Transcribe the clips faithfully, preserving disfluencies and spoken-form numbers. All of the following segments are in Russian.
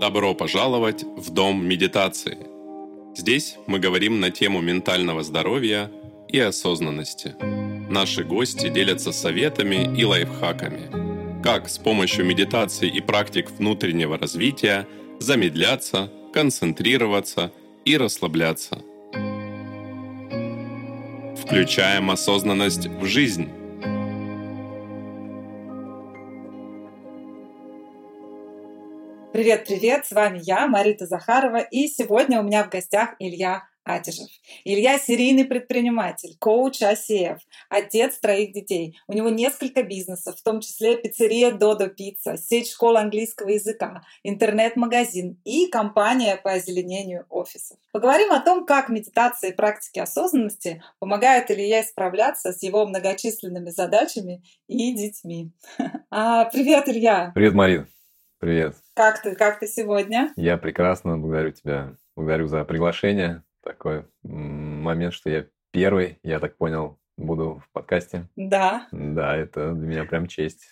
Добро пожаловать в Дом медитации. Здесь мы говорим на тему ментального здоровья и осознанности. Наши гости делятся советами и лайфхаками, как с помощью медитации и практик внутреннего развития замедляться, концентрироваться и расслабляться. Включаем осознанность в жизнь. Привет-привет, с вами я, Марита Захарова, и сегодня у меня в гостях Илья Атижев. Илья — серийный предприниматель, коуч ай си эф, отец троих детей. У него несколько бизнесов, в том числе пиццерия Додо Пицца, сеть школ английского языка, интернет-магазин и компания по озеленению офисов. Поговорим о том, как медитация и практики осознанности помогают Илье справляться с его многочисленными задачами и детьми. Привет, Илья! Привет, Марин! Привет. Как ты? Как ты сегодня? Я прекрасно, благодарю тебя. Благодарю за приглашение. Такой момент, что я первый, я так понял, буду в подкасте. Да. Да, это для меня прям честь.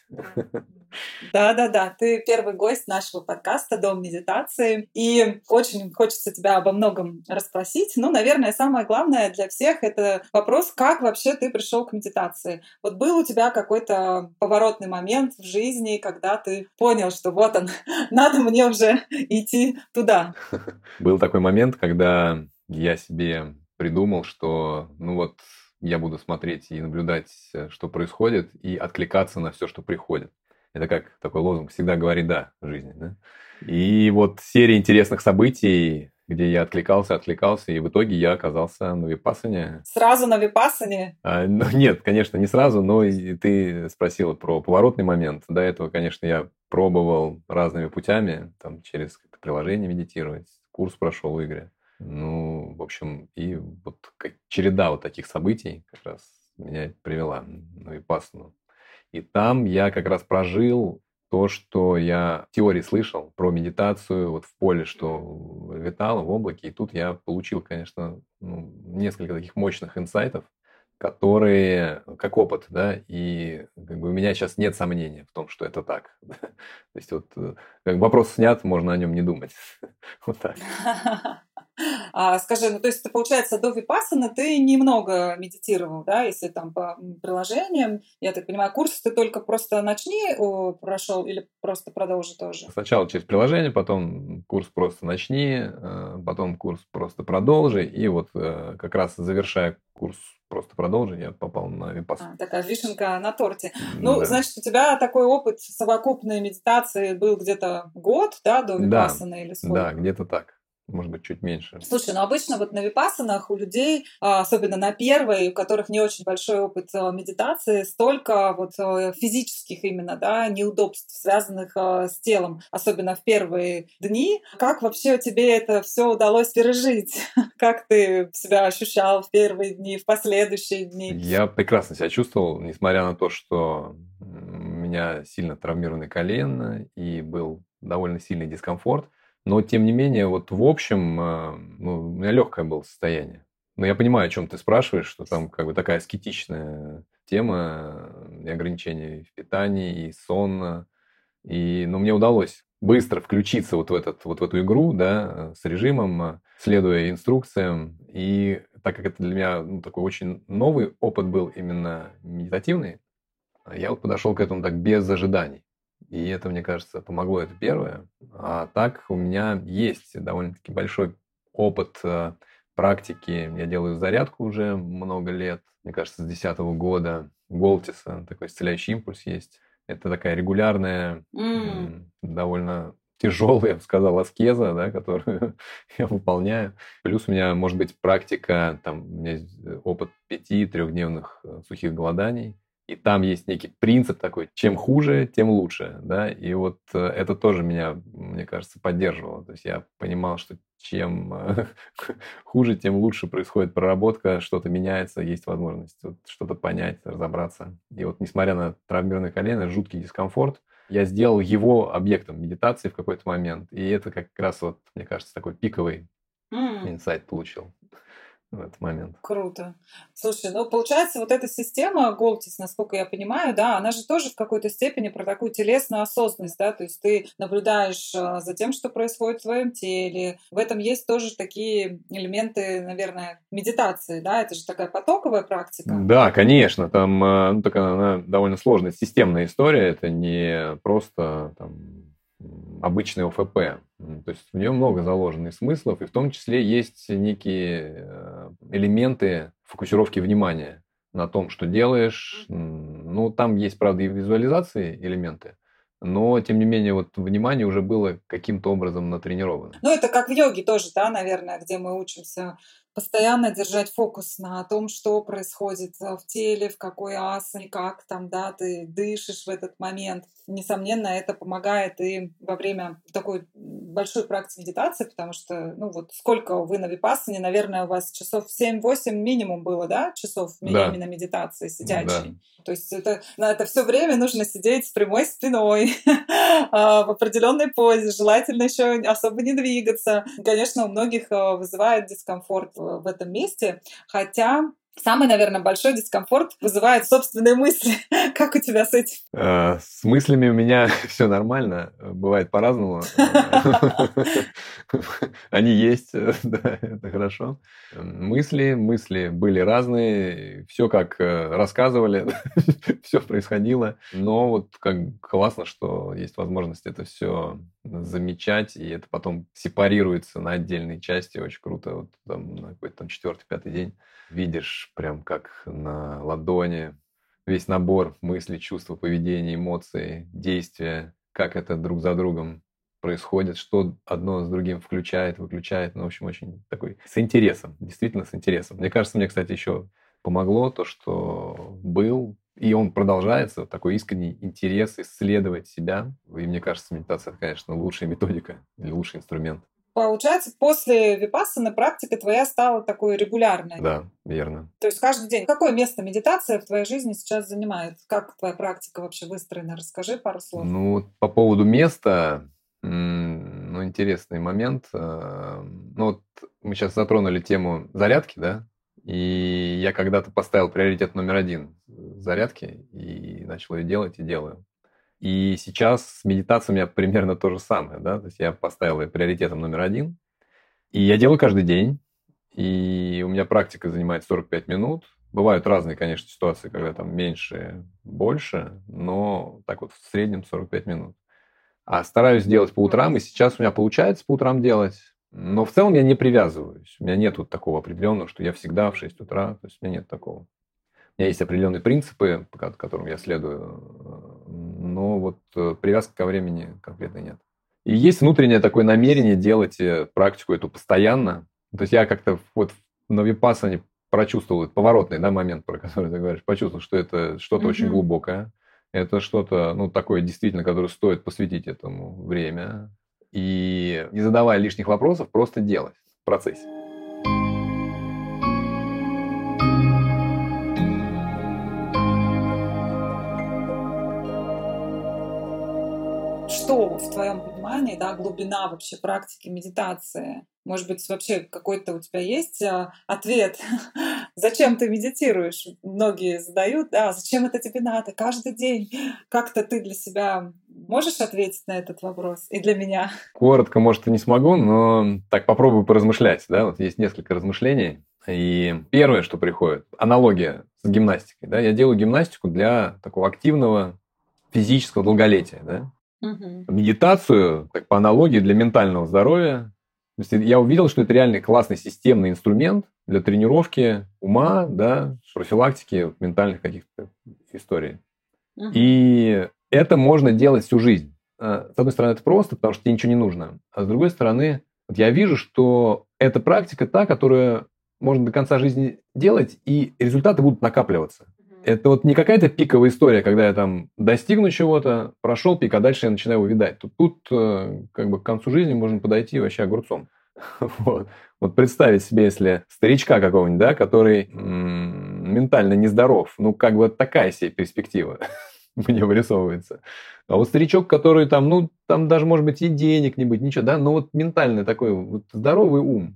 Да-да-да, ты первый гость нашего подкаста «Дом медитации». И очень хочется тебя обо многом расспросить. Ну, наверное, самое главное для всех — это вопрос, как вообще ты пришел к медитации. Вот был у тебя какой-то поворотный момент в жизни, когда ты понял, что вот он, надо мне уже идти туда? Был такой момент, когда я себе придумал, что ну вот я буду смотреть и наблюдать, что происходит, и откликаться на все, что приходит. Это как такой лозунг «всегда говори «да» в жизни». Да? И вот серия интересных событий, где я откликался, откликался, и в итоге я оказался на випассане. Сразу на випассане? А, ну, нет, конечно, не сразу, но и ты спросила про поворотный момент. До этого, конечно, я пробовал разными путями, там, через как-то приложение медитировать, курс прошел в Игре. Ну, в общем, и вот как череда вот таких событий как раз меня привела на випассану. И там я как раз прожил то, что я в теории слышал про медитацию, вот в поле, что витало в облаке. И тут я получил, конечно, ну, несколько таких мощных инсайтов, которые как опыт, да, и как бы у меня сейчас нет сомнения в том, что это так. То есть вот как вопрос снят, можно о нем не думать. Вот так. А, скажи, ну то есть, получается, до випассаны ты немного медитировал, да, если там по приложениям, я так понимаю, курс ты только просто начни о, прошел или просто продолжи тоже? Сначала через приложение, потом курс просто начни, потом курс просто продолжи, и вот как раз завершая курс просто продолжи, я попал на випассану. А, такая вишенка на торте. Ну, да. Значит, у тебя такой опыт совокупной медитации был где-то год, да, до випассаны, да, или сколько? Да, где-то так. Может быть, чуть меньше. Слушай, ну обычно вот на випассанах у людей, особенно на первой, у которых не очень большой опыт медитации, столько вот физических именно, да, неудобств, связанных с телом, особенно в первые дни. Как вообще тебе это все удалось пережить? Как ты себя ощущал в первые дни, в последующие дни? Я прекрасно себя чувствовал, несмотря на то, что у меня сильно травмированное колено и был довольно сильный дискомфорт. Но, тем не менее, вот в общем, ну, у меня легкое было состояние. Но я понимаю, о чем ты спрашиваешь, что там как бы такая аскетичная тема, и ограничения в питании, и сон. И, но мне удалось быстро включиться вот в, этот, вот в эту игру, да, с режимом, следуя инструкциям. И так как это для меня ну, такой очень новый опыт был именно медитативный, я вот подошел к этому так без ожиданий. И это, мне кажется, помогло, это первое. А так у меня есть довольно-таки большой опыт э, практики. Я делаю зарядку уже много лет, мне кажется, с две тысячи десятого года. Голтиса, такой исцеляющий импульс есть. Это такая регулярная, mm. довольно тяжелая, я бы сказал, аскеза, да, которую я выполняю. Плюс у меня, может быть, практика, там, у меня есть опыт пяти трехдневных сухих голоданий. И там есть некий принцип такой, чем хуже, тем лучше, да, и вот это тоже меня, мне кажется, поддерживало. То есть я понимал, что чем хуже, тем лучше происходит проработка, что-то меняется, есть возможность вот что-то понять, разобраться. И вот несмотря на травмированное колено, жуткий дискомфорт, я сделал его объектом медитации в какой-то момент. И это как раз вот, мне кажется, такой пиковый mm. инсайт получил. в этот момент. Круто. Слушай, ну получается, вот эта система Голтис, насколько я понимаю, да, она же тоже в какой-то степени про такую телесную осознанность, да, то есть ты наблюдаешь а, за тем, что происходит в твоем теле. В этом есть тоже такие элементы, наверное, медитации, да, это же такая потоковая практика. Да, конечно, там э, ну, такая она довольно сложная, системная история, это не просто там, м, обычный О Ф П. М, То есть в нем много заложенных смыслов, и в том числе есть некие э, элементы фокусировки внимания на том, что делаешь. М, Ну, там есть, правда, и визуализации элементы, но, тем не менее, вот внимание уже было каким-то образом натренировано. Ну, это как в йоге тоже, да, наверное, где мы учимся постоянно держать фокус на том, что происходит а, в теле, в какой асане, как там, да, ты дышишь в этот момент. Несомненно, это помогает и во время такой большой практики медитации, потому что, ну вот сколько вы на випассане, наверное, у вас часов семь-восемь минимум было, да, часов ми- Да, именно медитации да. сидячей. То есть это, на это все время нужно сидеть с прямой спиной, а, в определенной позе, желательно еще особо не двигаться. Конечно, у многих а, вызывает дискомфорт в в этом месте, хотя самый, наверное, большой дискомфорт вызывает собственные мысли. Как у тебя с этим? Э, С мыслями у меня все нормально, э, бывает по-разному. Они есть, э, да, это хорошо. М, Мысли, мысли были разные, все как э, рассказывали, все происходило. Но вот как классно, что есть возможность это все замечать, и это потом сепарируется на отдельные части. Очень круто. Вот там на какой-то там четвертый, пятый день видишь прям как на ладони весь набор мыслей, чувств, поведения, эмоций, действия, как это друг за другом происходит, что одно с другим включает, выключает. Ну, в общем, очень такой с интересом, действительно с интересом. Мне кажется, мне, кстати, еще помогло то, что был, и он продолжается, такой искренний интерес исследовать себя. И мне кажется, медитация, это, конечно, лучшая методика или лучший инструмент. Получается, после випассаны практика твоя стала такой регулярной. Да, верно. То есть каждый день. Какое место медитация в твоей жизни сейчас занимает? Как твоя практика вообще выстроена? Расскажи пару слов. Ну, вот по поводу места, м, ну, интересный момент. Э, Ну, вот мы сейчас затронули тему зарядки, да, и я когда-то поставил приоритет номер один зарядки и начал ее делать и делаю. И сейчас с медитацией у меня примерно то же самое, да, то есть я поставил ее приоритетом номер один, и я делаю каждый день, и у меня практика занимает сорок пять минут. Бывают разные, конечно, ситуации, когда там меньше, больше, но так вот в среднем сорок пять минут. А стараюсь делать по утрам, и сейчас у меня получается по утрам делать. Но в целом я не привязываюсь. У меня нет вот такого определенного, что я всегда в шесть утра. То есть у меня нет такого. У меня есть определенные принципы, по ко- которым я следую, но вот э, привязки ко времени конкретно нет. И есть внутреннее такое намерение делать э, практику эту постоянно. То есть я как-то вот на випассане прочувствовал этот поворотный, да, момент, про который ты говоришь, почувствовал, что это что-то очень Мгм. глубокое. Это что-то, ну, такое действительно, которое стоит посвятить этому время. И не задавая лишних вопросов, просто делать в процессе. Что в твоем понимании, да, глубина вообще практики медитации? Может быть, вообще какой-то у тебя есть а, ответ, зачем ты медитируешь? Многие задают, да, зачем это тебе надо каждый день? Как-то ты для себя можешь ответить на этот вопрос? И для меня. Коротко, может, и не смогу, но так попробую поразмышлять. Да? Вот есть несколько размышлений. И первое, что приходит, аналогия с гимнастикой. Да? Я делаю гимнастику для такого активного физического долголетия. Да? Мгм. Медитацию, так по аналогии, для ментального здоровья. То есть я увидел, что это реально классный системный инструмент для тренировки ума, да, профилактики ментальных каких-то историй. Мгм. И это можно делать всю жизнь. С одной стороны, это просто, потому что тебе ничего не нужно. А с другой стороны, вот я вижу, что эта практика та, которую можно до конца жизни делать, и результаты будут накапливаться. Это вот не какая-то пиковая история, когда я там достигну чего-то, прошел пик, а дальше я начинаю увядать. Тут, тут э, как бы к концу жизни можно подойти вообще огурцом. Вот. Вот представить себе, если старичка какого-нибудь, да, который м, ментально нездоров, ну, как бы такая себе перспектива мне вырисовывается. А вот старичок, который там, ну, там даже, может быть, и денег не быть, ничего, да, но вот ментально такой вот здоровый ум.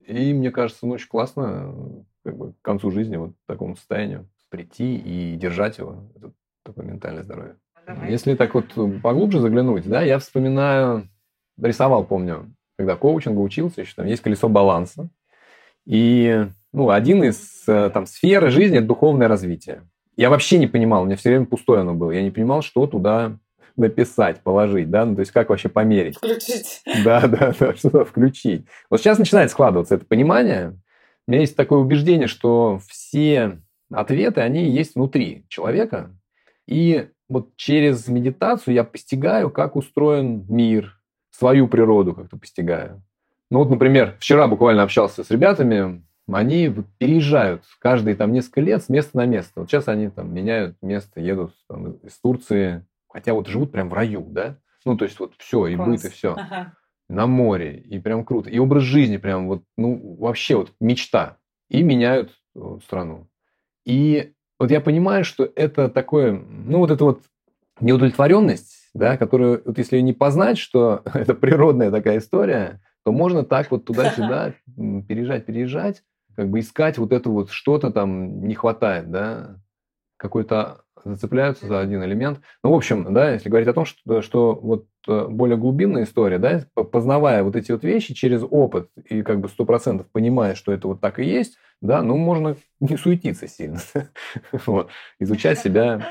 И мне кажется, ну, очень классно как бы, к концу жизни вот к такому состоянию прийти и держать его, это такое ментальное здоровье. Давай. Если так вот поглубже заглянуть, да, я вспоминаю, рисовал, помню, когда коучингу учился, еще там есть колесо баланса. И ну, один из там, сфер жизни – это духовное развитие. Я вообще не понимал, у меня все время пустое оно было. Я не понимал, что туда написать, положить, да, ну, то есть как вообще померить. Включить. Да, да, да, что-то включить. Вот сейчас начинает складываться это понимание. У меня есть такое убеждение, что все ответы, они есть внутри человека. И вот через медитацию я постигаю, как устроен мир, свою природу как-то постигаю. Ну вот, например, вчера буквально общался с ребятами, они переезжают каждые там несколько лет с места на место. Вот сейчас они там меняют место, едут там, из Турции, хотя вот живут прям в раю, да? Ну, то есть вот все, и быт, и все. Ага. На море, и прям круто. И образ жизни прям вот, ну, вообще вот мечта. И меняют вот, страну. И вот я понимаю, что это такое, ну, вот это вот неудовлетворенность, да, которую, вот если ее не познать, что это природная такая история, то можно так вот туда-сюда переезжать, переезжать, как бы искать вот это вот что-то там не хватает, да, какой-то зацепляются за один элемент. Ну, в общем, да, если говорить о том, что, что вот более глубинная история, да, познавая вот эти вот вещи через опыт и как бы сто процентов понимая, что это вот так и есть, да, ну, можно не суетиться сильно, вот, изучать себя.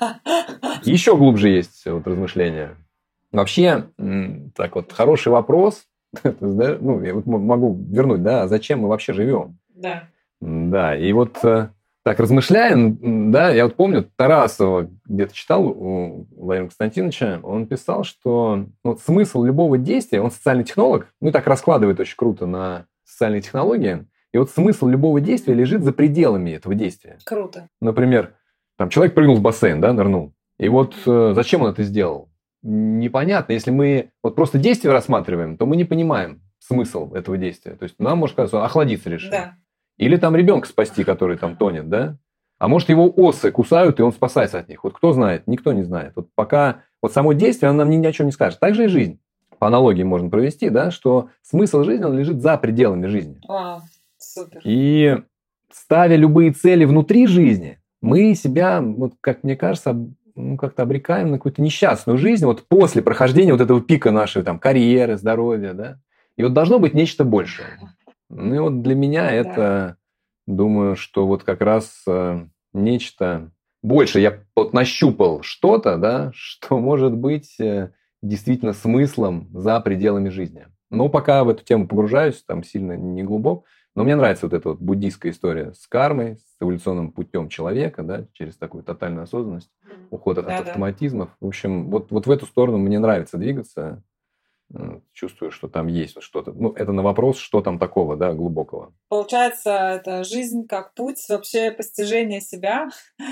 Еще глубже есть вот размышления. Вообще, так вот, хороший вопрос. Ну, я вот могу вернуть, да, а зачем мы вообще живем? Да. Да, и вот так размышляя, да, я вот помню, Тарасова где-то читал у Владимира Константиновича, он писал, что вот смысл любого действия, он социальный технолог, ну и так раскладывает очень круто на социальные технологии, и вот смысл любого действия лежит за пределами этого действия. Круто. Например, там человек прыгнул в бассейн, да, нырнул, и вот зачем он это сделал? Непонятно. Если мы вот просто действие рассматриваем, то мы не понимаем смысл этого действия. То есть нам может казаться, охладиться решил. Да. Или там ребенка спасти, который там тонет, да? А может, его осы кусают, и он спасается от них. Вот кто знает? Никто не знает. Вот пока вот само действие, оно нам ни, ни о чем не скажет. Так же и жизнь. По аналогии можно провести, да, что смысл жизни, он лежит за пределами жизни. Вау, супер. И ставя любые цели внутри жизни, мы себя, вот, как мне кажется, ну, как-то обрекаем на какую-то несчастную жизнь вот после прохождения вот этого пика нашей там, карьеры, здоровья, да. И вот должно быть нечто большее. Ну и вот для меня это, да. Думаю, что вот как раз э, нечто больше. Я вот нащупал что-то, да, что может быть э, действительно смыслом за пределами жизни. Но пока в эту тему погружаюсь, там сильно не глубок. Но мне нравится вот эта вот буддийская история с кармой, с эволюционным путем человека, да, через такую тотальную осознанность, уход от, да, от автоматизмов. В общем, вот, вот в эту сторону мне нравится двигаться. Чувствую, что там есть что-то. Ну, это на вопрос, что там такого, да, глубокого. Получается, это жизнь как путь вообще постижения себя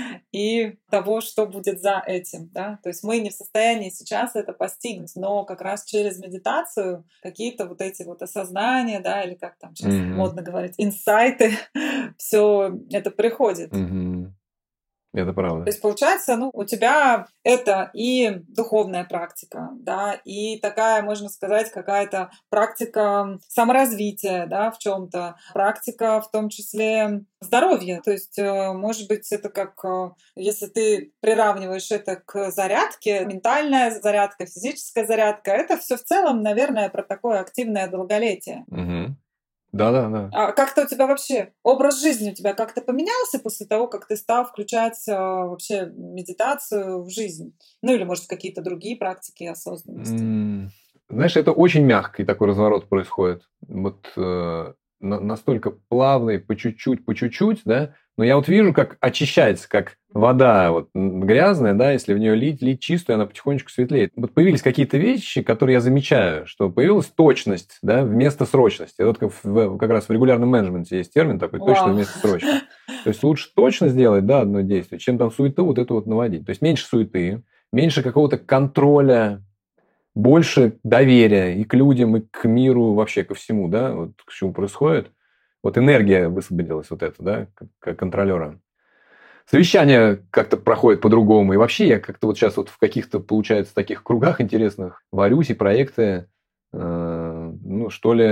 и того, что будет за этим, да. То есть мы не в состоянии сейчас это постигнуть, но как раз через медитацию какие-то вот эти вот осознания, да, или как там сейчас mm-hmm. модно говорить, инсайты, все это приходит. Mm-hmm. Это правда. То есть, получается, ну, у тебя это и духовная практика, да, и такая, можно сказать, какая-то практика саморазвития, да, в чем-то, практика в том числе здоровья. То есть, может быть, это как, если ты приравниваешь это к зарядке, ментальная зарядка, физическая зарядка, это все в целом, наверное, про такое активное долголетие. Угу. Да-да-да. А как-то у тебя вообще образ жизни у тебя как-то поменялся после того, как ты стал включать а, вообще медитацию в жизнь? Ну или, может, какие-то другие практики осознанности? Mm, знаешь, это очень мягкий такой разворот происходит. Вот э, на, настолько плавный, по чуть-чуть, по чуть-чуть, да. Но я вот вижу, как очищается, как вода вот грязная, да, если в нее лить, лить чистую, она потихонечку светлеет. Вот появились какие-то вещи, которые я замечаю, что появилась точность, да, вместо срочности. Вот как, в, как раз в регулярном менеджменте есть термин такой, точно вместо срочно. То есть лучше точно сделать, да, одно действие, чем там суету вот эту вот наводить. То есть меньше суеты, меньше какого-то контроля, больше доверия и к людям, и к миру, вообще ко всему, да, вот к чему происходит. Вот энергия высвободилась вот эта, да, как контролера. Совещания как-то проходят по-другому. И вообще я как-то вот сейчас вот в каких-то, получается, таких кругах интересных варюсь, и проекты, э, ну, что ли,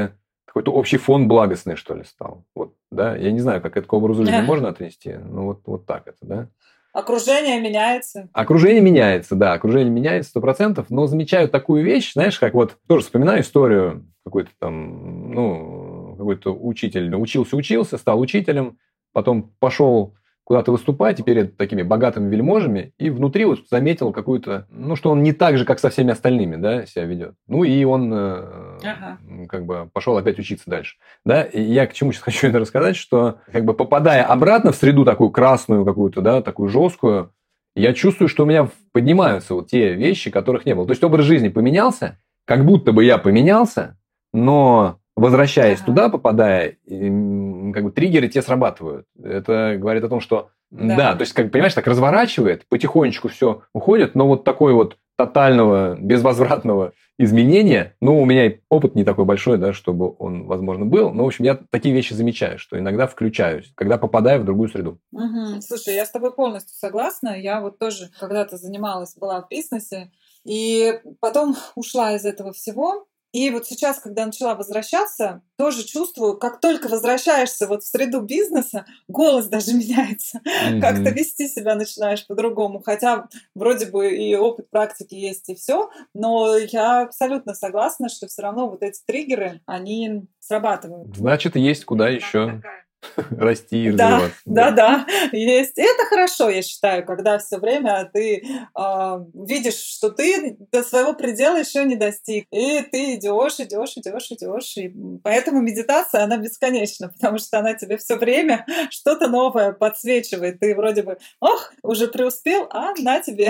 какой-то общий фон благостный, что ли, стал. Вот, да, я не знаю, как это к образу жизни можно отнести, но вот, вот так это, да. Окружение меняется. Окружение меняется, да, окружение меняется сто процентов, но замечаю такую вещь, знаешь, как вот, тоже вспоминаю историю, какой-то там, ну, какой-то учитель учился-учился, стал учителем, потом пошел куда-то выступать, и перед такими богатыми вельможами, и внутри вот заметил какую-то, ну, что он не так же, как со всеми остальными, да, себя ведет. Ну, и он э, Ага. как бы пошел опять учиться дальше. Да, и я к чему сейчас хочу это рассказать, что как бы попадая обратно в среду такую красную какую-то, да, такую жесткую, я чувствую, что у меня поднимаются вот те вещи, которых не было. То есть образ жизни поменялся, как будто бы я поменялся, но возвращаясь ага. туда, попадая, как бы триггеры те срабатывают. Это говорит о том, что да, да то есть, как понимаешь, так разворачивает, потихонечку все уходит, но вот такой вот тотального, безвозвратного изменения, ну, у меня опыт не такой большой, да, чтобы он, возможно, был, но, в общем, я такие вещи замечаю, что иногда включаюсь, когда попадаю в другую среду. Угу. Слушай, я с тобой полностью согласна. Я вот тоже когда-то занималась, была в бизнесе, и потом ушла из этого всего. И вот сейчас, когда начала возвращаться, тоже чувствую, как только возвращаешься вот в среду бизнеса, голос даже меняется. Mm-hmm. Как-то вести себя начинаешь по-другому. Хотя вроде бы и опыт практики есть, и все, но я абсолютно согласна, что все равно вот эти триггеры, они срабатывают. Значит, есть куда еще расти и да, развиваться. Да, да, да, есть. И это хорошо, я считаю, когда все время ты э, видишь, что ты до своего предела еще не достиг. И ты идешь, идешь, идешь, идешь. И поэтому медитация, она бесконечна, потому что она тебе все время что-то новое подсвечивает. Ты вроде бы, ох, уже преуспел, а на тебе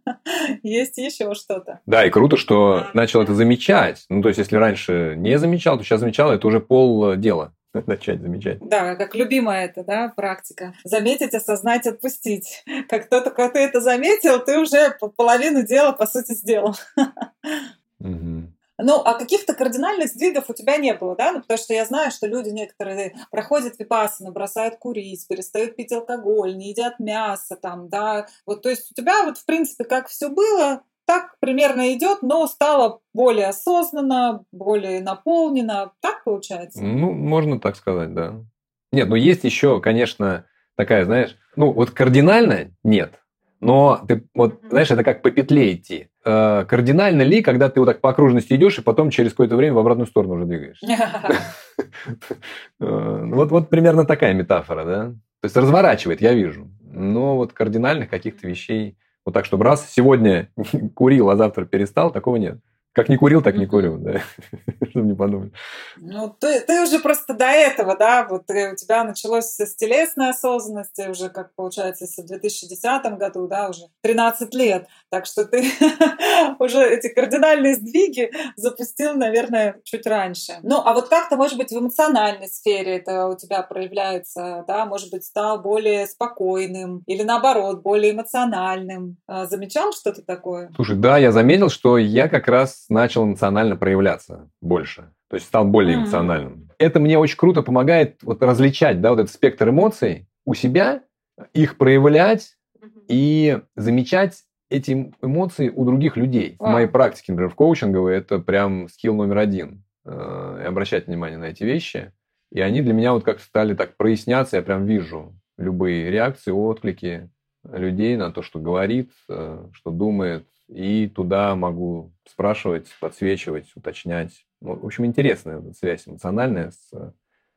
есть еще что-то. Да, и круто, что начал это замечать. Ну, то есть, если раньше не замечал, то сейчас замечал, это уже полдела. Начать замечать. Да, как любимая это, да, практика. Заметить, осознать, отпустить. Как только ты это заметил, ты уже половину дела, по сути, сделал. Угу. Ну, а каких-то кардинальных сдвигов у тебя не было, да? Ну, потому что я знаю, что люди некоторые проходят випассану, бросают курить, перестают пить алкоголь, не едят мясо там, да. Вот, то есть у тебя вот, в принципе, как все было, так примерно идет, но стало более осознанно, более наполнено. Так получается? Ну, можно так сказать, да. Нет, ну есть еще, конечно, такая, знаешь, ну вот кардинально нет, но ты вот, знаешь, это как по петле идти. Э, кардинально ли, когда ты вот так по окружности идешь и потом через какое-то время в обратную сторону уже двигаешься? Вот, вот примерно такая метафора, да. То есть разворачивает, я вижу, но вот кардинальных каких-то вещей. Вот так, чтобы раз сегодня курил, а завтра перестал, такого нет. Как не курил, так не курю, да. Чтобы не подумали. Ну, ты, ты уже просто до этого, да, вот у тебя началось все с телесной осознанности, уже, как получается, если в две тысячи десятом году, да, уже тринадцать лет. Так что ты уже эти кардинальные сдвиги запустил, наверное, чуть раньше. Ну, а вот как-то, может быть, в эмоциональной сфере это у тебя проявляется, да, может быть, стал более спокойным или, наоборот, более эмоциональным. Замечал что-то такое? Слушай, да, я заметил, что я как раз начал эмоционально проявляться больше. То есть стал более mm-hmm. эмоциональным. Это мне очень круто помогает вот различать, да, вот этот спектр эмоций у себя, их проявлять mm-hmm. и замечать эти эмоции у других людей. Wow. В моей практике, например, в коучинговой, это прям скилл номер один. И обращать внимание на эти вещи. И они для меня вот как стали так проясняться. Я прям вижу любые реакции, отклики людей на то, что говорит, что думает. И туда могу спрашивать, подсвечивать, уточнять. Ну, в общем, интересная эта связь эмоциональная. С, э,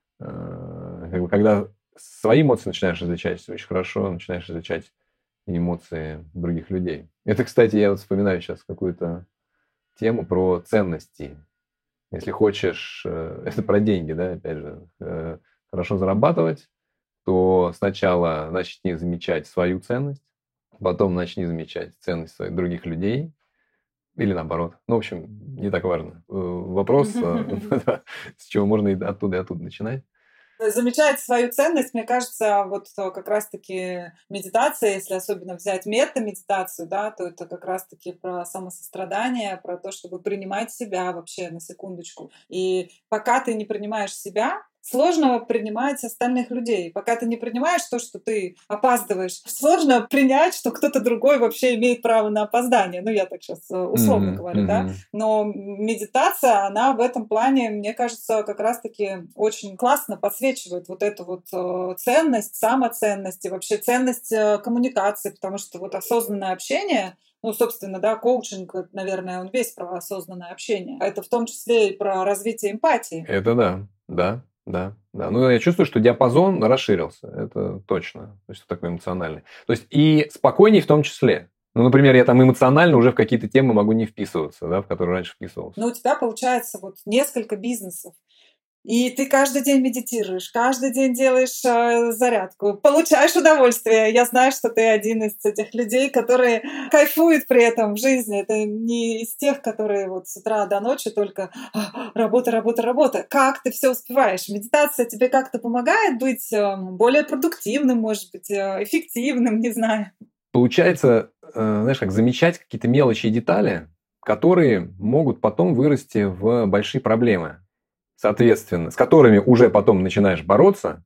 как бы, когда свои эмоции начинаешь различать, очень хорошо начинаешь различать эмоции других людей. Это, кстати, я вот вспоминаю сейчас какую-то тему про ценности. Если хочешь, э, это про деньги, да, опять же, э, хорошо зарабатывать, то сначала начни замечать свою ценность, потом начни замечать ценность своих других людей. Или наоборот. Ну, в общем, не так важно. Вопрос, с чего можно и оттуда, и оттуда начинать. Замечать свою ценность, мне кажется, вот как раз-таки медитация, если особенно взять мета-медитацию, да, то это как раз-таки про самосострадание, про то, чтобы принимать себя вообще на секундочку. И пока ты не принимаешь себя, сложно принимать остальных людей. Пока ты не принимаешь то, что ты опаздываешь, сложно принять, что кто-то другой вообще имеет право на опоздание. Ну, я так сейчас условно Мгм, говорю, да. мгм. Но медитация, она в этом плане, мне кажется, как раз-таки очень классно подсвечивает вот эту вот э, ценность, самоценность и вообще ценность э, коммуникации, потому что вот осознанное общение, ну, собственно, да, коучинг, это, наверное, он весь про осознанное общение. Это в том числе и про развитие эмпатии. Это да, да, да, да. Ну, я чувствую, что диапазон расширился, это точно. То есть, такой эмоциональный. То есть, и спокойней в том числе. Ну, например, я там эмоционально уже в какие-то темы могу не вписываться, да, в которые раньше вписывался. Но у тебя получается вот несколько бизнесов. И ты каждый день медитируешь, каждый день делаешь э, зарядку, получаешь удовольствие. Я знаю, что ты один из этих людей, которые кайфуют при этом в жизни. Это не из тех, которые вот с утра до ночи только «А, работа, работа, работа». Как ты все успеваешь? Медитация тебе как-то помогает быть э, более продуктивным, может быть, э, эффективным, не знаю. Получается, э, знаешь, как замечать какие-то мелочи и детали, которые могут потом вырасти в большие проблемы. Соответственно, с которыми уже потом начинаешь бороться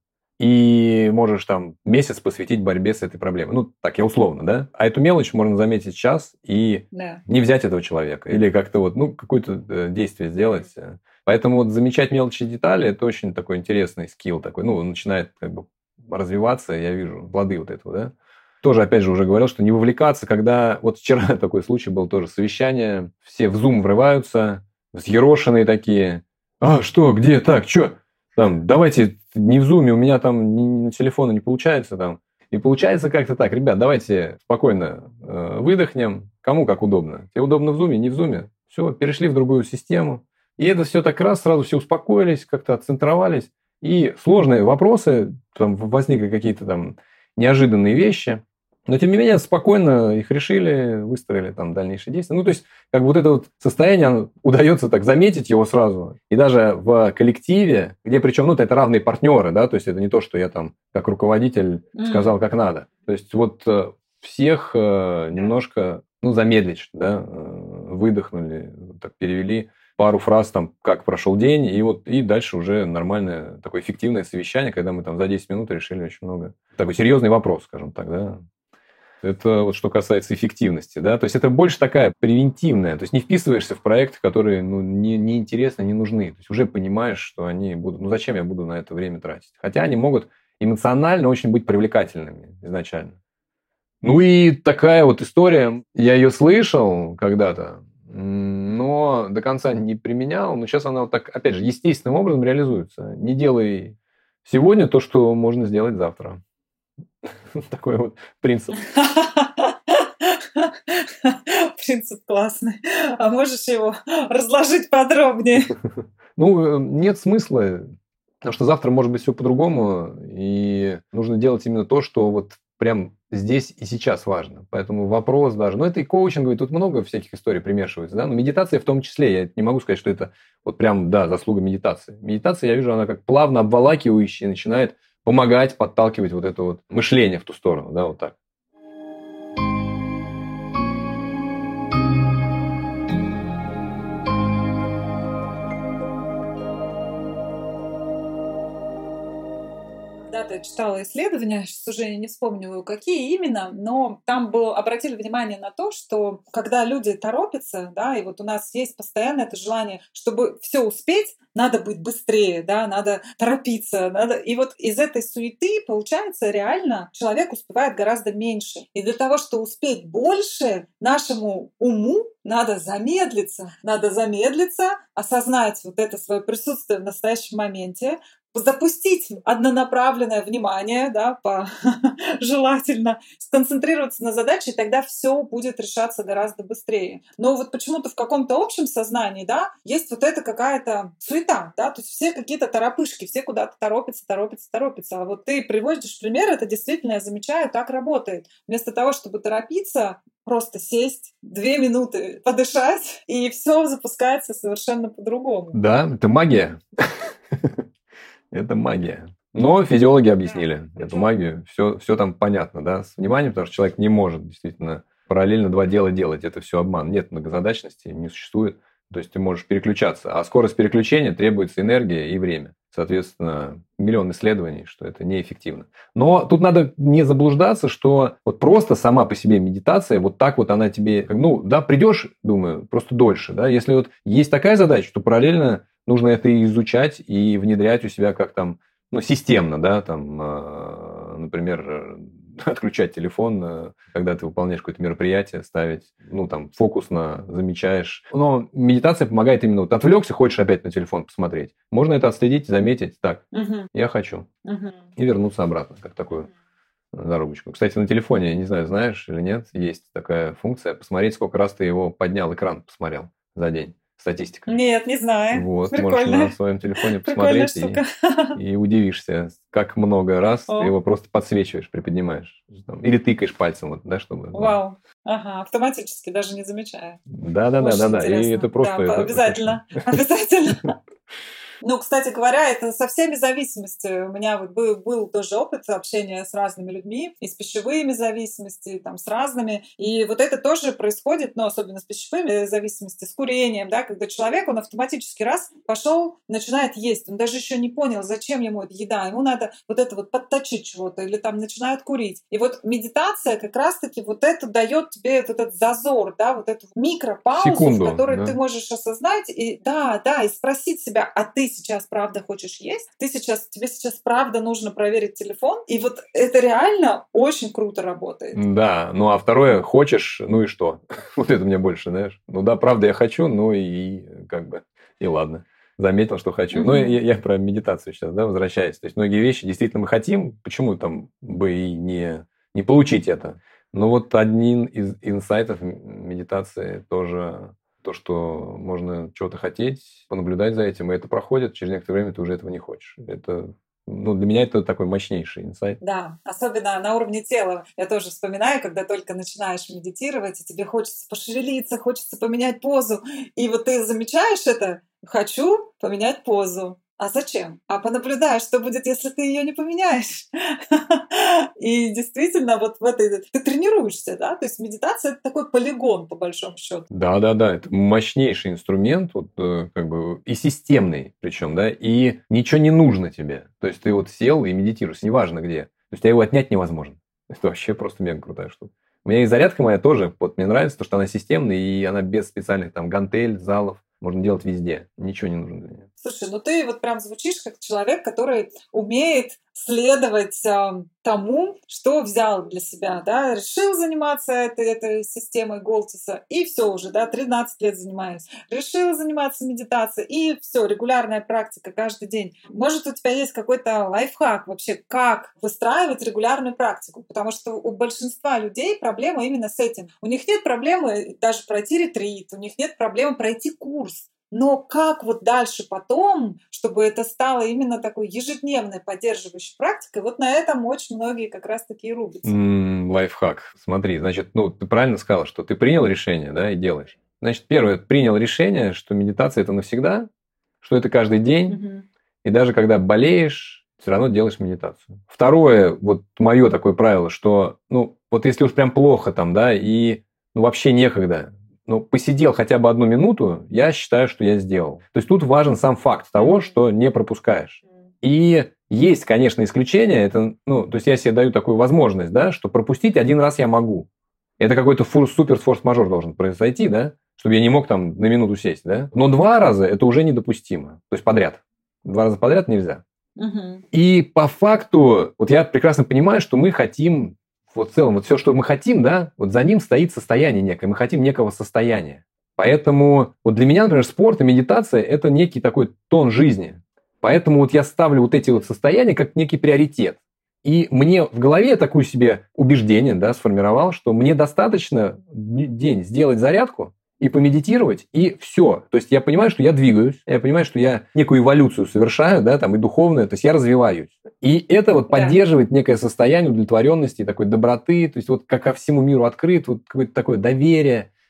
и можешь там месяц посвятить борьбе с этой проблемой. Ну, так, я условно, да? А эту мелочь можно заметить сейчас и Да. не взять этого человека. Или как-то вот, ну, какое-то э, действие сделать. Поэтому вот замечать мелочи и детали – это очень такой интересный скилл такой. Ну, он начинает как бы развиваться, я вижу плоды вот этого, да? Тоже, опять же, уже говорил, что не вовлекаться, когда... Вот вчера такой случай был тоже, совещание, все в Zoom врываются, взъерошенные такие. А, что, где, так, что? Там, давайте не в зуме, у меня там ни, на телефоне не получается там. И получается как-то так, ребят, давайте спокойно э, выдохнем, кому как удобно. Тебе удобно в зуме, не в зуме. Все, перешли в другую систему. И это все так раз, сразу все успокоились, как-то отцентровались. И сложные вопросы, там возникли какие-то там неожиданные вещи. Но, тем не менее, спокойно их решили, выстроили там дальнейшие действия. Ну, то есть, как бы вот это вот состояние, удается так заметить его сразу. И даже в коллективе, где причем, ну, это равные партнеры, да, то есть, это не то, что я там как руководитель сказал, как надо. То есть, вот всех немножко, ну, замедлить, да, выдохнули, так перевели пару фраз, там, как прошел день, и вот и дальше уже нормальное, такое эффективное совещание, когда мы там за десять минут решили очень много. Такой серьезный вопрос, скажем так, да. Это вот что касается эффективности, да, то есть это больше такая превентивная, то есть не вписываешься в проекты, которые, ну, не, не интересны, не нужны, то есть уже понимаешь, что они будут, ну, зачем я буду на это время тратить, хотя они могут эмоционально очень быть привлекательными изначально. Ну и такая вот история, я ее слышал когда-то, но до конца не применял, но сейчас она вот так, опять же, естественным образом реализуется. Не делай сегодня то, что можно сделать завтра. Такой вот принцип. Принцип классный. А можешь его разложить подробнее? Ну, нет смысла, потому что завтра может быть все по-другому, и нужно делать именно то, что вот прям здесь и сейчас важно. Поэтому вопрос даже... Ну, это и коучинговый, тут много всяких историй примешивается, да, но медитация в том числе. Я не могу сказать, что это вот прям, да, заслуга медитации. Медитация, я вижу, она как плавно обволакивающая начинает помогать, подталкивать вот это вот мышление в ту сторону, да, вот так. Когда-то я читала исследования, сейчас уже не вспомню, какие именно, но там было, обратили внимание на то, что когда люди торопятся, да, и вот у нас есть постоянно это желание, чтобы все успеть, надо быть быстрее, да, надо торопиться, надо... И вот из этой суеты, получается, реально человек успевает гораздо меньше. И для того, чтобы успеть больше, нашему уму надо замедлиться. Надо замедлиться, осознать вот это свое присутствие в настоящем моменте, запустить однонаправленное внимание, да, по... желательно сконцентрироваться на задаче, и тогда все будет решаться гораздо быстрее. Но вот почему-то в каком-то общем сознании, да, есть вот эта какая-то суета, да, то есть все какие-то торопышки, все куда-то торопятся, торопятся, торопятся. А вот ты приводишь пример, это действительно, я замечаю, так работает. Вместо того, чтобы торопиться, просто сесть, две минуты подышать, и все запускается совершенно по-другому. Да, это магия. Это магия. Но физиологи объяснили эту магию. Все, все там понятно, да, с вниманием, потому что человек не может действительно параллельно два дела делать. Это все обман. Нет многозадачности, не существует. То есть ты можешь переключаться. А скорость переключения требуется энергия и время. Соответственно, миллион исследований, что это неэффективно. Но тут надо не заблуждаться, что вот просто сама по себе медитация, вот так вот она тебе, ну, да, придешь, думаю, просто дольше, да. Если вот есть такая задача, то параллельно нужно это изучать и внедрять у себя как там, ну, системно, да, там, например, отключать телефон, когда ты выполняешь какое-то мероприятие, ставить, ну, там, фокусно замечаешь. Но медитация помогает именно, вот отвлекся, хочешь опять на телефон посмотреть. Можно это отследить, заметить, так, угу. я хочу. Угу. И вернуться обратно, как такую зарубочку. Кстати, на телефоне, не знаю, знаешь или нет, есть такая функция, посмотреть, сколько раз ты его поднял, экран посмотрел за день. Статистика. Нет, не знаю. Вот, прикольно. Можешь на своем телефоне посмотреть и, и удивишься, как много раз О. ты его просто подсвечиваешь, приподнимаешь. Или тыкаешь пальцем, вот, да, чтобы... Вау. Ага, автоматически, даже не замечая. Да-да-да, и это просто... Да, это, обязательно, это... обязательно. Ну, кстати говоря, это со всеми зависимостями. У меня вот был, был тоже опыт общения с разными людьми, и с пищевыми зависимостями, там, с разными. И вот это тоже происходит, ну, особенно с пищевыми зависимостями, с курением, да, когда человек, он автоматически раз пошел, начинает есть. Он даже еще не понял, зачем ему эта еда. Ему надо вот это вот подточить чего-то, или там начинает курить. И вот медитация как раз-таки вот это дает тебе вот этот зазор, да, вот эту микропаузу, Секунду, в которой да. ты можешь осознать, и да, да, и спросить себя, а ты сейчас правда хочешь есть? Ты сейчас, тебе сейчас правда нужно проверить телефон? И вот это реально очень круто работает. Да, ну а второе, хочешь, ну и что? Вот это мне больше, знаешь. Ну да, правда я хочу, ну и как бы, и ладно. Заметил, что хочу. Mm-hmm. Ну, я, я про медитацию сейчас, да, возвращаюсь. То есть многие вещи действительно мы хотим, почему там бы и не, не получить это? Но вот один из инсайтов медитации тоже... То, что можно чего-то хотеть, понаблюдать за этим, и это проходит, через некоторое время ты уже этого не хочешь. Это, ну, для меня это такой мощнейший инсайт. Да, особенно на уровне тела. Я тоже вспоминаю, когда только начинаешь медитировать, и тебе хочется пошевелиться, хочется поменять позу. И вот ты замечаешь это, хочу поменять позу. А зачем? А понаблюдай, что будет, если ты ее не поменяешь. И действительно, вот в этой... Ты тренируешься, да? То есть медитация — это такой полигон, по большому счету. Да-да-да, это мощнейший инструмент, вот, как бы, и системный причем, да, и ничего не нужно тебе. То есть ты вот сел и медитируешь, неважно где. То есть тебя его отнять невозможно. Это вообще просто мега крутая штука. У меня и зарядка моя тоже, вот мне нравится, то, что она системная, и она без специальных там гантель, залов. Можно делать везде. Ничего не нужно для нее. Слушай, ну ты вот прям звучишь как человек, который умеет следовать э, тому, что взял для себя, да, решил заниматься этой, этой системой Голтиса, и все уже, да, тринадцать лет занимаюсь. Решил заниматься медитацией, и все, регулярная практика каждый день. Может, у тебя есть какой-то лайфхак вообще, как выстраивать регулярную практику? Потому что у большинства людей проблема именно с этим. У них нет проблемы даже пройти ретрит, у них нет проблемы пройти курс. Но как вот дальше потом, чтобы это стало именно такой ежедневной поддерживающей практикой, вот на этом очень многие как раз-таки и рубятся. Mm, лайфхак. Смотри, значит, ну, ты правильно сказал, что ты принял решение, да, и делаешь. Значит, первое, принял решение, что медитация – это навсегда, что это каждый день, mm-hmm. и даже когда болеешь, все равно делаешь медитацию. Второе, вот мое такое правило, что, ну, вот если уж прям плохо там, да, и ну, вообще некогда, ну, посидел хотя бы одну минуту, я считаю, что я сделал. То есть тут важен сам факт того, что не пропускаешь. И есть, конечно, исключения. Это, ну, то есть я себе даю такую возможность, да, что пропустить один раз я могу. Это какой-то фур, супер форс-мажор должен произойти, да, чтобы я не мог там на минуту сесть, да. Но два раза это уже недопустимо. То есть подряд. Два раза подряд нельзя. Угу. И по факту, вот я прекрасно понимаю, что мы хотим... Вот в целом, вот все, что мы хотим, да, вот за ним стоит состояние некое. Мы хотим некого состояния. Поэтому вот для меня, например, спорт и медитация – это некий такой тон жизни. Поэтому вот я ставлю вот эти вот состояния как некий приоритет. И мне в голове такое себе убеждение, да, сформировал, что мне достаточно день сделать зарядку и помедитировать, и все. То есть я понимаю, что я двигаюсь, я понимаю, что я некую эволюцию совершаю, да, там и духовную, то есть я развиваюсь. И это вот поддерживает некое состояние удовлетворенности, такой доброты, то есть вот как ко всему миру открыт, вот какое-то такое доверие.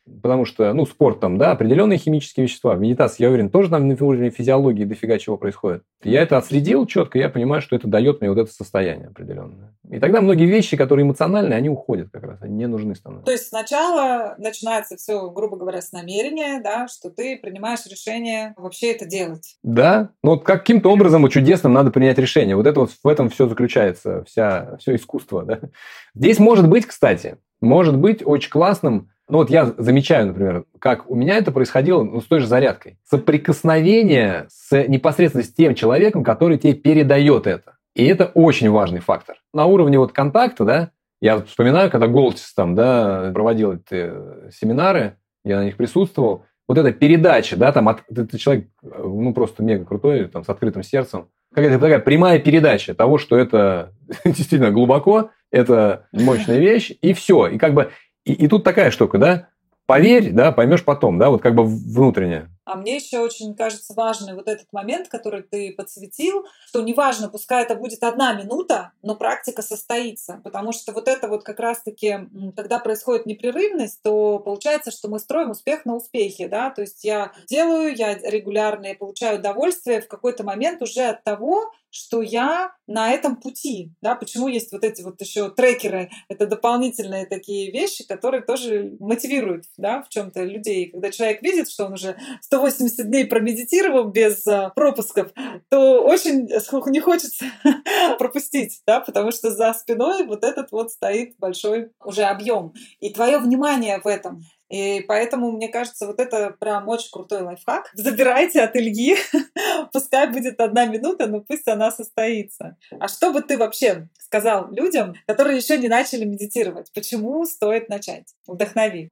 Потому что, ну, спорт там, да, определенные химические вещества. В медитации, я уверен, тоже там на уровне физиологии дофига чего происходит. Я это отследил четко, я понимаю, что это дает мне вот это состояние определенное. И тогда многие вещи, которые эмоциональные, они уходят как раз, они не нужны становятся. То есть сначала начинается все, грубо говоря, с намерения, да, что ты принимаешь решение вообще это делать. Да, но вот каким-то образом вот чудесным надо принять решение. Вот это вот в этом все заключается, вся, все искусство, да. Здесь может быть, кстати, может быть очень классным. Ну вот я замечаю, например, как у меня это происходило, ну, с той же зарядкой. Соприкосновение с непосредственно с тем человеком, который тебе передает это. И это очень важный фактор. На уровне вот контакта, да, я вспоминаю, когда Голтис там, да, проводил эти семинары, я на них присутствовал, вот эта передача, да, там, от, этот человек, ну, просто мега крутой, там, с открытым сердцем. Какая-то такая прямая передача того, что это действительно глубоко, это мощная вещь, и все. И как бы И, и тут такая штука, да, поверь, да, поймешь потом, да, вот как бы внутренне. А мне еще очень кажется важный вот этот момент, который ты подсветил, что неважно, пускай это будет одна минута, но практика состоится. Потому что вот это вот как раз-таки, когда происходит непрерывность, то получается, что мы строим успех на успехе, да, то есть я делаю, я регулярно получаю удовольствие в какой-то момент уже от того, что я на этом пути, да, почему есть вот эти вот еще трекеры, это дополнительные такие вещи, которые тоже мотивируют, да, в чем-то людей. Когда человек видит, что он уже сто восемьдесят дней промедитировал без а, пропусков, то очень не хочется пропустить, да, потому что за спиной вот этот вот стоит большой уже объем. И твое внимание в этом. И поэтому, мне кажется, вот это прям очень крутой лайфхак. Забирайте от Ильи, пускай будет одна минута, но пусть она состоится. А что бы ты вообще сказал людям, которые еще не начали медитировать? Почему стоит начать? Вдохнови.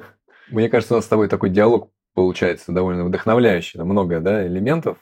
Мне кажется, у нас с тобой такой диалог получается довольно вдохновляющий. Там много, да, элементов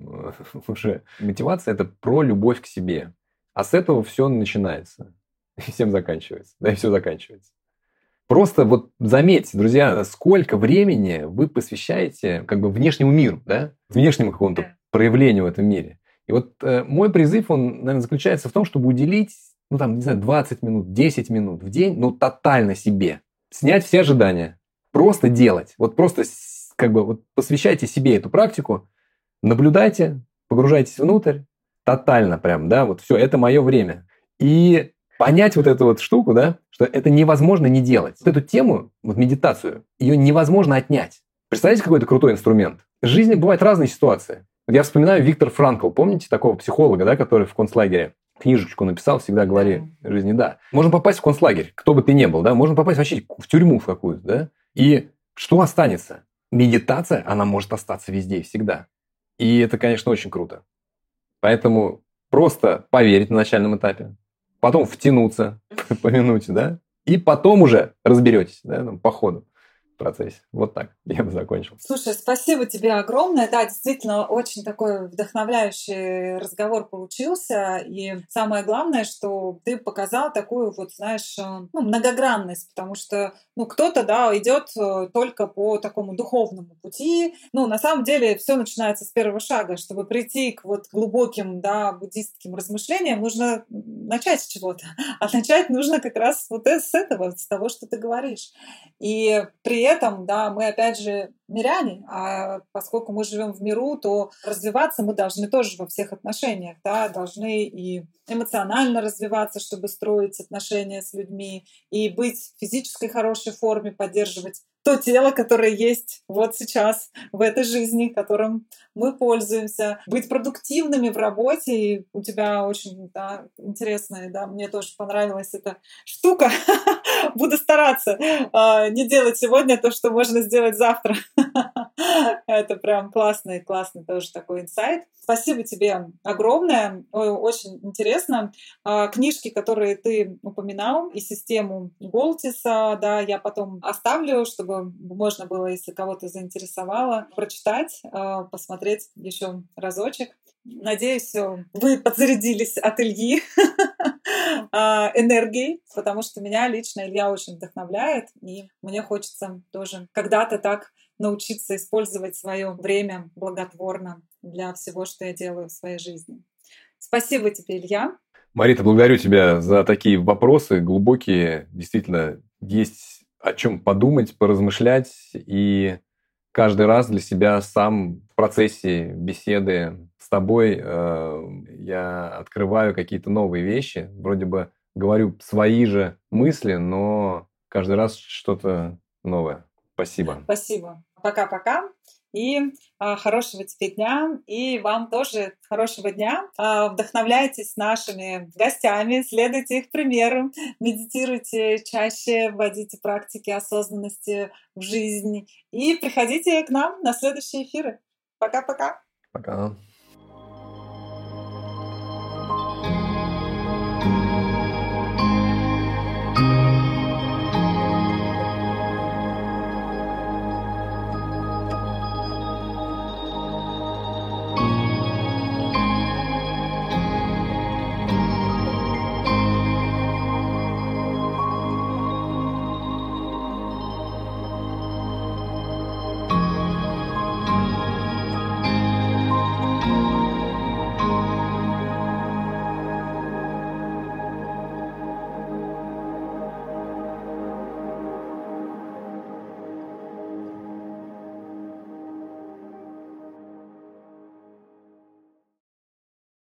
уже. Мотивация – это про любовь к себе. А с этого все начинается. И всем заканчивается. Да, и все заканчивается. Просто вот заметьте, друзья, сколько времени вы посвящаете как бы внешнему миру, да? Внешнему какому-то проявлению в этом мире. И вот э, мой призыв, он, наверное, заключается в том, чтобы уделить, ну, там, не знаю, двадцать минут, десять минут в день, ну, тотально себе. Снять все ожидания. Просто делать. Вот просто как бы вот посвящайте себе эту практику, наблюдайте, погружайтесь внутрь, тотально прям, да, вот все, это мое время. И понять вот эту вот штуку, да, что это невозможно не делать. Вот эту тему, вот медитацию, ее невозможно отнять. Представляете, какой это крутой инструмент? В жизни бывают разные ситуации. Вот я вспоминаю Виктор Франкл, помните такого психолога, да, который в концлагере книжечку написал, всегда говори жизни «да». Можно попасть в концлагерь, кто бы ты ни был, да, можно попасть вообще в тюрьму в какую-то, да, и что останется? Медитация, она может остаться везде и всегда. И это, конечно, очень круто. Поэтому просто поверить на начальном этапе, потом втянуться по минуте, да, и потом уже разберетесь, да, там, по ходу в процессе. Вот так я бы закончил. Слушай, спасибо тебе огромное. Да, действительно, очень такой вдохновляющий разговор получился. И самое главное, что ты показал такую вот, знаешь, ну, многогранность, потому что, ну, кто-то, да, идет только по такому духовному пути. Ну, на самом деле, все начинается с первого шага. Чтобы прийти к вот глубоким, да, буддистским размышлениям, нужно начать с чего-то. А начать нужно как раз вот с этого, с того, что ты говоришь. И при этом, да, мы опять же миряне, а поскольку мы живем в миру, то развиваться мы должны тоже во всех отношениях, да, должны и эмоционально развиваться, чтобы строить отношения с людьми, и быть в физической хорошей форме, поддерживать то тело, которое есть вот сейчас в этой жизни, которым мы пользуемся, быть продуктивными в работе. И у тебя очень, да, интересная, да, мне тоже понравилась эта штука. Буду стараться не делать сегодня то, что можно сделать завтра. Это прям классный, классный тоже такой инсайт. Спасибо тебе огромное, очень интересно. Книжки, которые ты упоминал, и систему Голтиса, да, я потом оставлю, чтобы можно было, если кого-то заинтересовало, прочитать, посмотреть еще разочек. Надеюсь, вы подзарядились от Ильи энергией, потому что меня лично Илья очень вдохновляет, и мне хочется тоже когда-то так научиться использовать свое время благотворно для всего, что я делаю в своей жизни. Спасибо тебе, Илья. Марита, благодарю тебя за такие вопросы глубокие. Действительно, есть о чем подумать, поразмышлять и каждый раз для себя сам в процессе беседы с тобой э, я открываю какие-то новые вещи. Вроде бы говорю свои же мысли, но каждый раз что-то новое. Спасибо. Спасибо. Пока-пока. И а, хорошего тебе дня. И вам тоже хорошего дня. А, вдохновляйтесь нашими гостями, следуйте их примеру, медитируйте чаще, вводите практики осознанности в жизнь. И приходите к нам на следующие эфиры. Пока-пока. Пока.